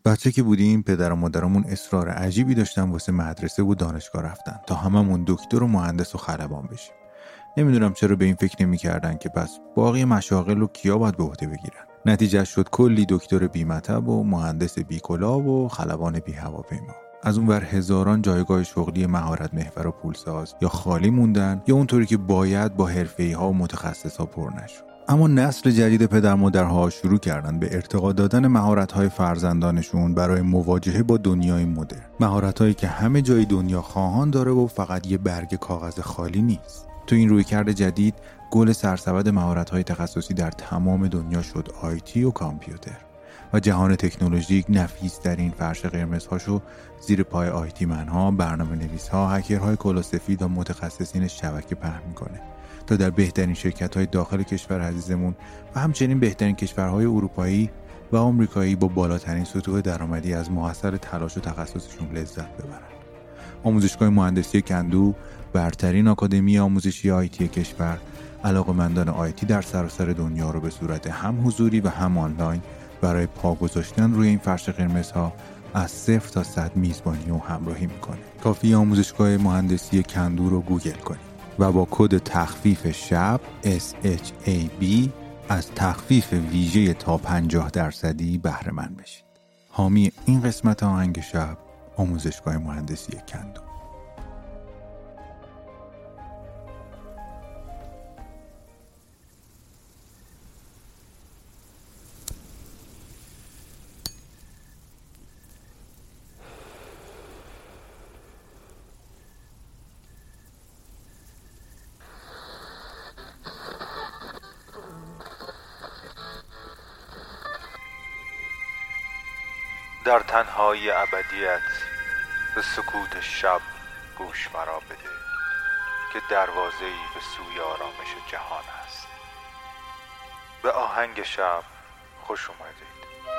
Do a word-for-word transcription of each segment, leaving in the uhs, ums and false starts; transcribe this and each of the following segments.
بچه که بودیم پدر و مادرمون اصرار عجیبی داشتن واسه مدرسه و دانشگاه رفتن تا هممون دکتر و مهندس و خلبان بشیم. نمیدونم چرا به این فکر نمی‌کردن که پس باقی مشاغل رو کیا باید به عهده بگیرن. نتیجه شد کلی دکتر بی‌مطب و مهندس بی‌کلاه و خلبان بی‌هواپیما. از اون ور هزاران جایگاه شغلی مهارت محور و پولساز یا خالی موندن یا اونطوری که باید با حرفه‌ای‌ها و متخصصا پر نشد. اما نسل جدید پدر مادرها شروع کردن به ارتقا دادن مهارت‌های فرزندانشون برای مواجهه با دنیای مدرن. مهارت‌هایی که همه جای دنیا خواهان داره و فقط یه برگ کاغذ خالی نیست. تو این رویکرد جدید گل سرسبد مهارت‌های تخصصی در تمام دنیا شد آیتی و کامپیوتر و جهان تکنولوژیک نفیس‌ترین فرش قرمزهاشو زیر پای آیتی من‌ها، برنامه‌نویس‌ها، هکرهای کلاسفید و متخصصین شبکه پهن می‌کنه تا در بهترین شرکت‌های داخل کشور عزیزمون و همچنین بهترین کشورهای اروپایی و آمریکایی با بالاترین سطوح درآمدی از محصل تلاش و تخصصشون لذت ببرن. آموزشگاه مهندسی کندو، برترین آکادمی آموزشی آیتی کشور، علاقه‌مندان آیتی در سراسر دنیا رو به صورت هم حضوری و هم آنلاین برای پا گذاشتن روی این فرش قرمزها از صفر تا صد میزبانی و همراهی میکنه. کافی آموزشگاه مهندسی کندو رو گوگل کنید و با کد تخفیف شب اس اچ ای بی از تخفیف ویژه تا پنجاه درصدی بهره مند بشید. حامی این قسمت آهنگ شب آموزشگاه مهندسی کندو. در تنهایی ابدیت به سکوت شب گوش مرا بده که دروازه‌ای به سوی آرامش جهان است. به آهنگ شب خوش اومدید.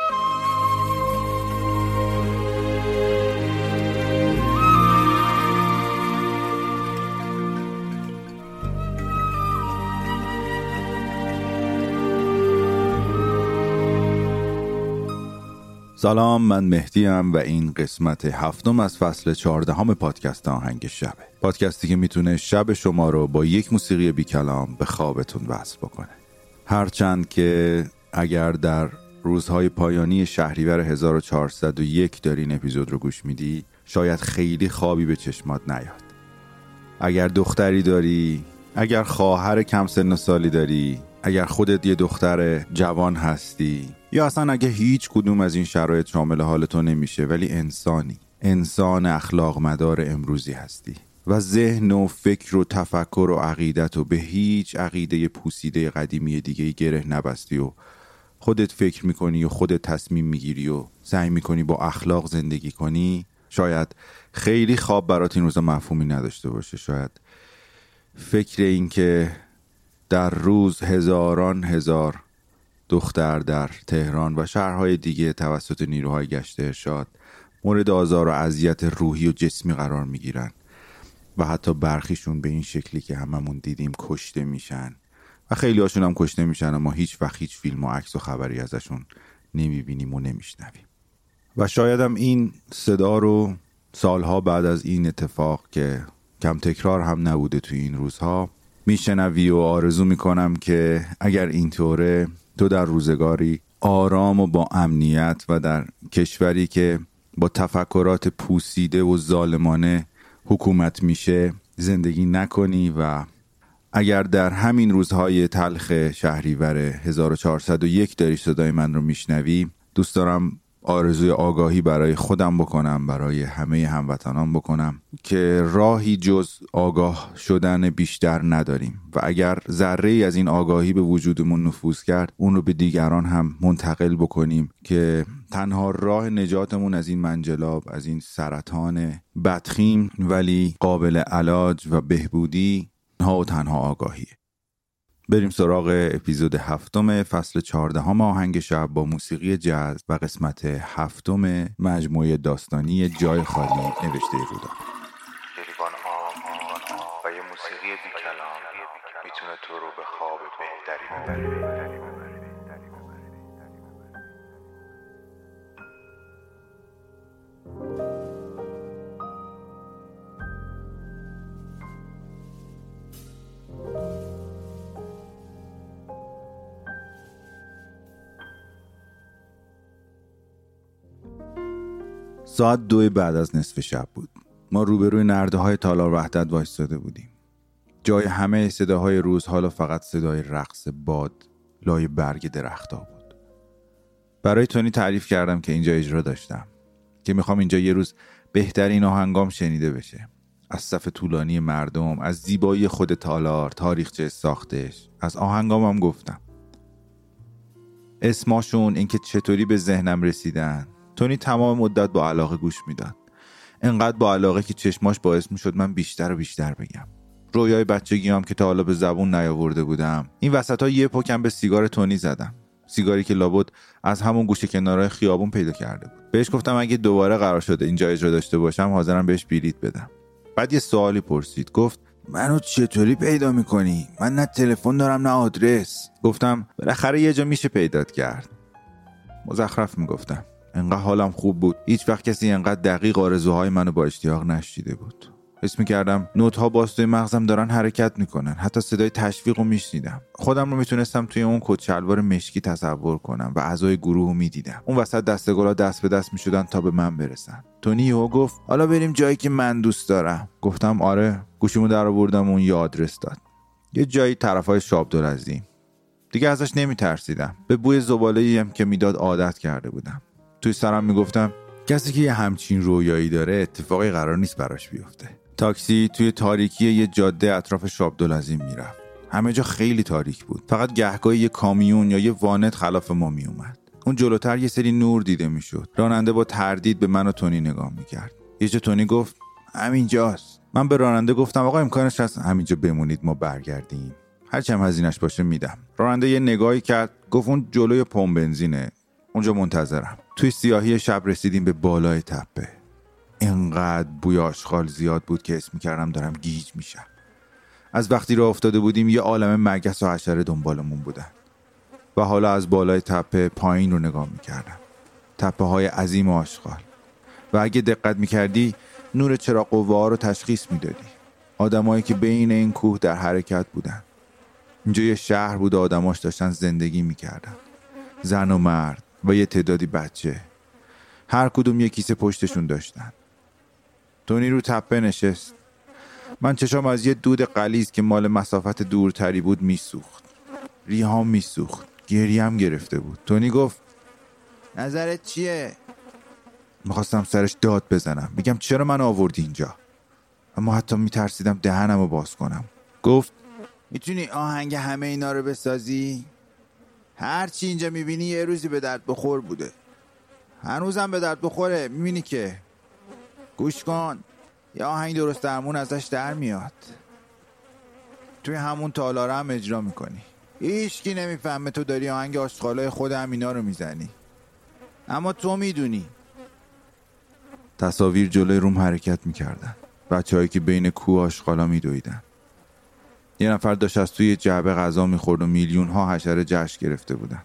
سلام، من مهدیم و این قسمت هفتم از فصل چهاردهم پادکست آهنگ شبه. پادکستی که میتونه شب شما رو با یک موسیقی بی کلام به خوابتون وصل بکنه. هرچند که اگر در روزهای پایانی شهریور هزار و چهارصد و یک داری این اپیزود رو گوش میدی، شاید خیلی خوابی به چشمات نیاد. اگر دختری داری، اگر خواهر کم سن و سالی داری، اگر خودت یه دختر جوان هستی، یا اصلا اگه هیچ کدوم از این شرایط شامل حال تو نمیشه ولی انسانی، انسان اخلاق مدار امروزی هستی و ذهن و فکر و تفکر و عقیدت و به هیچ عقیده پوسیده قدیمی دیگه گره نبستی و خودت فکر میکنی و خودت تصمیم میگیری و سعی میکنی با اخلاق زندگی کنی، شاید خیلی خواب برات این روزا مفهومی نداشته باشه. شاید فکر این که در روز هزاران هزار دختر در تهران و شهرهای دیگه توسط نیروهای گشت ارشاد مورد آزار و اذیت روحی و جسمی قرار میگیرن و حتی برخیشون به این شکلی که هممون دیدیم کشته میشن و خیلی هاشون هم کشته میشن اما هیچ وقت هیچ فیلم و عکس و خبری ازشون نمیبینیم و نمیشنویم. و شاید هم این صدا رو سالها بعد از این اتفاق که کم تکرار هم نبوده توی این روزها میشنوی و آرزو میکنم که اگر اینطوره تو در روزگاری آرام و با امنیت و در کشوری که با تفکرات پوسیده و ظالمانه حکومت میشه زندگی نکنی و اگر در همین روزهای تلخ شهریور هزار و چهارصد و یک داری صدای من رو میشنوی، دوست دارم آرزوی آگاهی برای خودم بکنم، برای همه هموطنان بکنم که راهی جز آگاه شدن بیشتر نداریم و اگر ذره‌ای از این آگاهی به وجودمون نفوذ کرد اون رو به دیگران هم منتقل بکنیم که تنها راه نجاتمون از این منجلاب، از این سرطان بدخیم ولی قابل علاج و بهبودی ها و تنها آگاهیه. بریم سراغ اپیزود هفتم فصل چهاردهم آهنگ شب با موسیقی جاز و قسمت هفتم مجموعه داستانی جای خالی نوشته رودان. لیوان آب و یه موسیقی بی کلام میتونه تو رو به خواب بهتری ببره. ساعت دو بعد از نصف شب بود. ما روبروی نرده‌های تالار وحدت وایساده بودیم. جای همه صداهای روز حالا فقط صدای رقص باد لای برگ درخت‌ها بود. برای تونی تعریف کردم که اینجا اجرا داشتم، که میخوام اینجا یه روز بهترین آهنگام شنیده بشه. از صف طولانی مردم، از زیبایی خود تالار، تاریخچه ساختش، از آهنگام هم گفتم. اسماشون، اینکه چطوری به ذهنم رسیدن. تونی تمام مدت با علاقه گوش میداد. انقدر با علاقه که چشماش باعث میشد من بیشتر و بیشتر بگم. رویای بچگیام که تا حالا به زبون نیاورده بودم. این وسطا یه پکم به سیگار تونی زدم. سیگاری که لابد از همون گوشه کنارهای خیابون پیدا کرده بود. بهش گفتم اگه دوباره قرار شده اینجا اجرا داشته باشم حاضرم بهش بلیط بدم. بعد یه سوالی پرسید. گفت منو چطوری پیدا میکنی؟ من نه تلفن دارم نه آدرس. گفتم بالاخره یه جا میشه پیدات کرد. مزخرف میگفتم. انقدر حالم خوب بود. هیچ وقت کسی انقدر دقیق آرزوهای منو با اشتیاق نشنیده بود. حس می‌کردم نوت‌ها باز توی مغزم دارن حرکت میکنن. حتی صدای تشویق رو میشنیدم. خودم رو میتونستم توی اون کت شلوار مشکی تصور کنم و اعضای گروه رو میدیدم. اون وسط دسته‌گلا دست به دست میشدن تا به من برسن. تونی یهو گفت حالا بریم جایی که من دوست دارم. گفتم آره. گوشیمو درآوردم و اون یه آدرس داد. یه جایی طرفای شابدالعظیم. دیگه ازش نمیترسیدم. به بوی زباله‌ای هم که میداد عادت کرده بودم. توی سرم میگفتم کسی که یه همچین رویایی داره اتفاقی قرار نیست براش بیفته. تاکسی توی تاریکی یه جاده اطراف شابدالعظیم میرفت. همه جا خیلی تاریک بود. فقط گهگاهی یه کامیون یا یه وانت خلاف ما میومد. اون جلوتر یه سری نور دیده میشد. راننده با تردید به من و تونی نگاه میکرد. یه جا تونی گفت همینجاست. من به راننده گفتم آقا امکانش هست همینجا بمونید ما برگردیم. هرچی هم هزینه‌اش باشه میدم. راننده یه نگاهی کرد. گفت اون جلوی پمپ بنزینه. اونجا منتظرم. توی سیاهی شب رسیدیم به بالای تپه. اینقدر بوی آشغال زیاد بود که حس می‌کردم دارم گیج میشم. از وقتی راه افتاده بودیم یه عالمه مگس و حشره دنبالمون بودن. و حالا از بالای تپه پایین رو نگاه می‌کردم. تپه‌های عظیم آشغال. و اگه دقت می‌کردی نور چراغ قوه‌ها رو تشخیص می‌دادی. آدمایی که بین این کوه در حرکت بودن. اینجا یه شهر بود و آدماش داشتن زندگی می‌کردن. زن و مرد و یه تعدادی بچه. هر کدوم یه کیسه پشتشون داشتن. تونی رو تپه نشست. من چشام از یه دود غلیظ که مال مسافت دورتری بود میسوخت. ریهام میسوخت. گریم گرفته بود. تونی گفت نظرت چیه؟ میخواستم سرش داد بزنم. میگم چرا من آوردی اینجا؟ اما حتی میترسیدم دهنم رو باز کنم. گفت میتونی آهنگ همه اینا رو بسازی؟ هر چی اینجا میبینی یه روزی به درد بخور بوده. هنوزم به درد بخوره. میبینی که گوش کن یه آهنگ درست درمون ازش در میاد. توی همون تالاره هم اجرا میکنی. هیچکی نمیفهمه تو داری آهنگ آشغالای خود همینا رو میزنی. اما تو میدونی. تصاویر جلوی روم حرکت میکردن. بچه هایی که بین کوه آشغالا میدویدن. یه نفر داشت از توی جعبه غذا میخورد و میلیون ها حشره جشن گرفته بودن.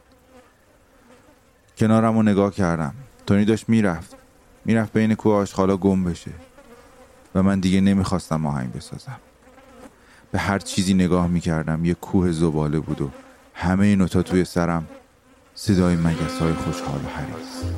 کنارم رو نگاه کردم. تونی داشت میرفت. میرفت بین کوه آشغالا گم بشه. و من دیگه نمیخواستم آهنگ بسازم. به هر چیزی نگاه میکردم یه کوه زباله بود و همه این نوتا توی سرم صدای مگس های خوشحال و حریص.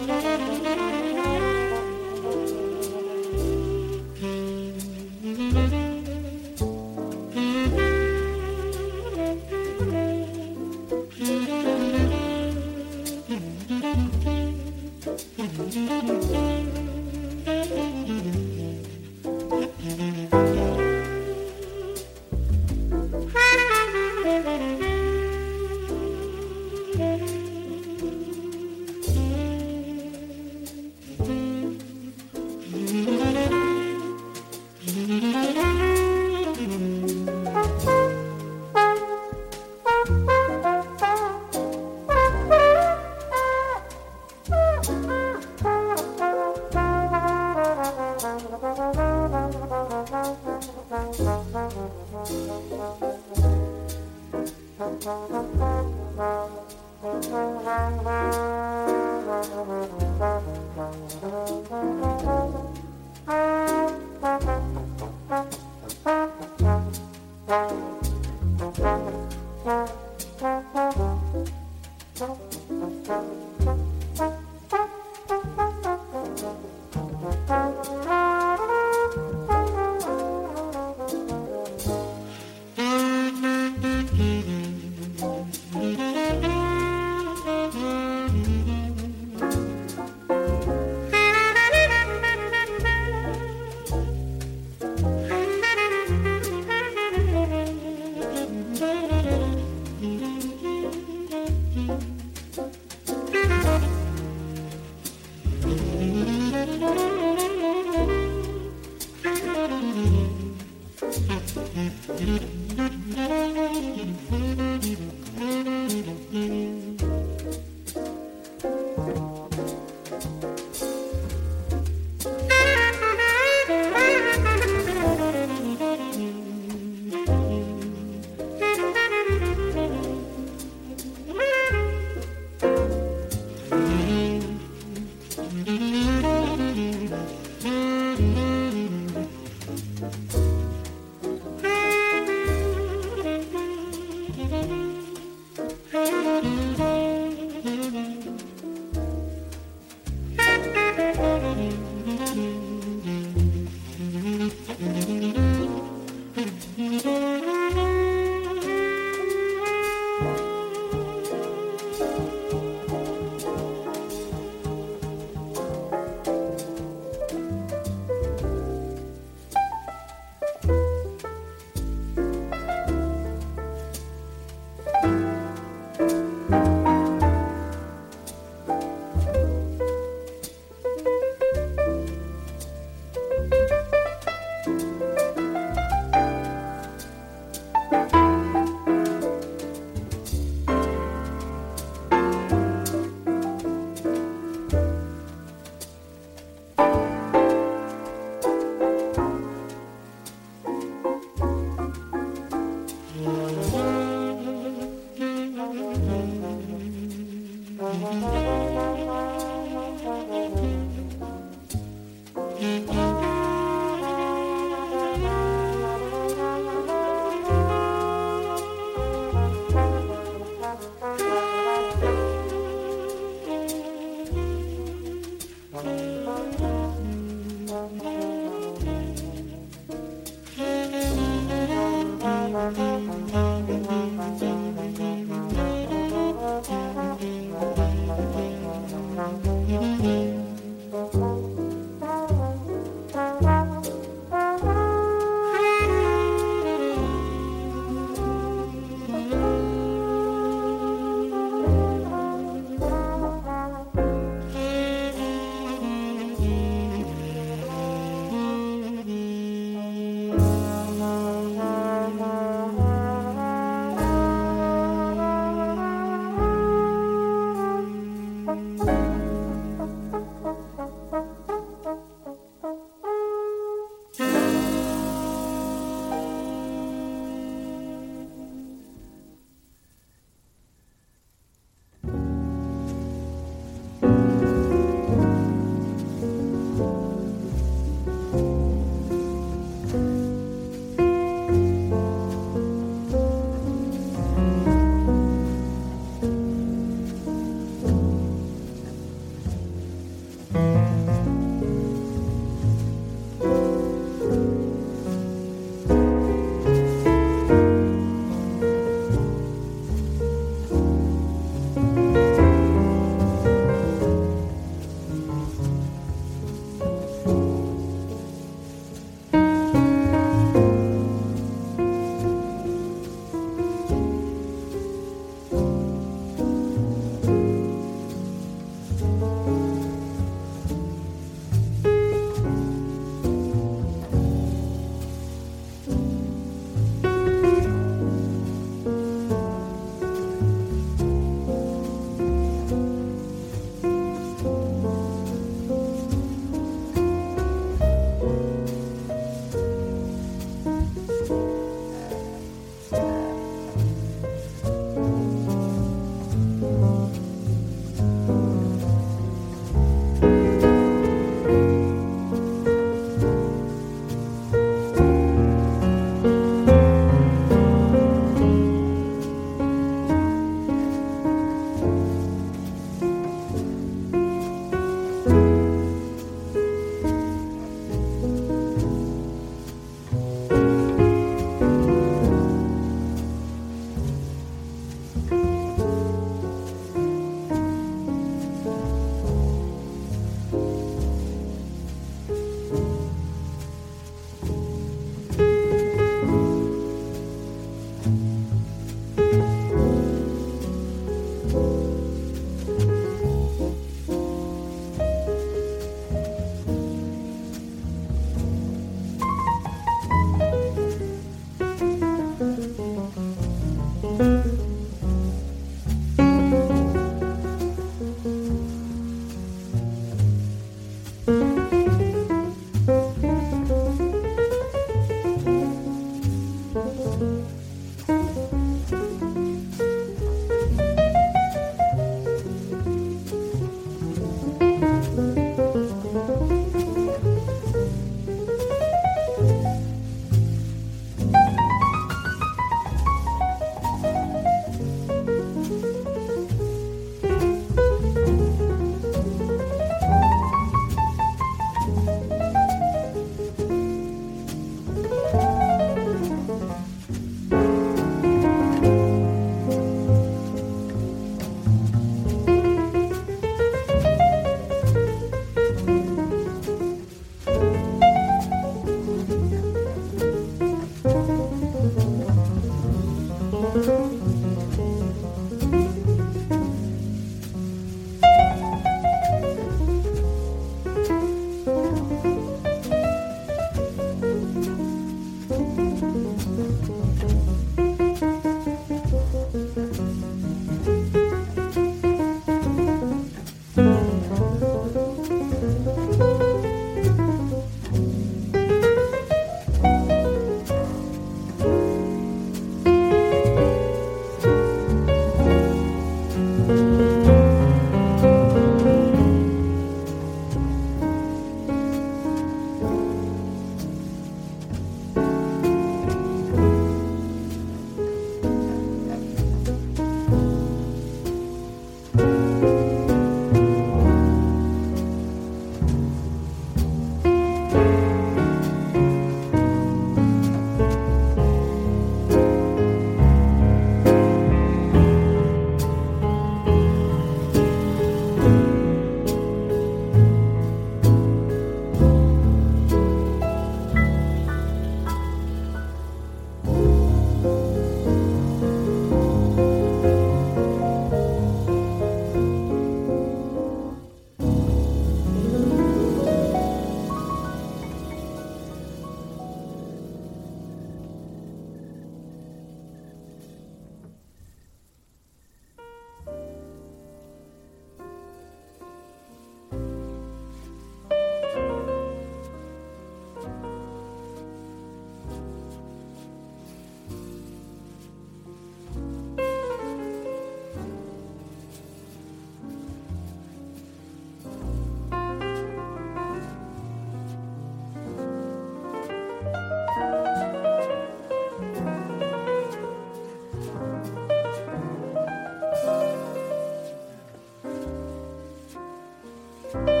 you.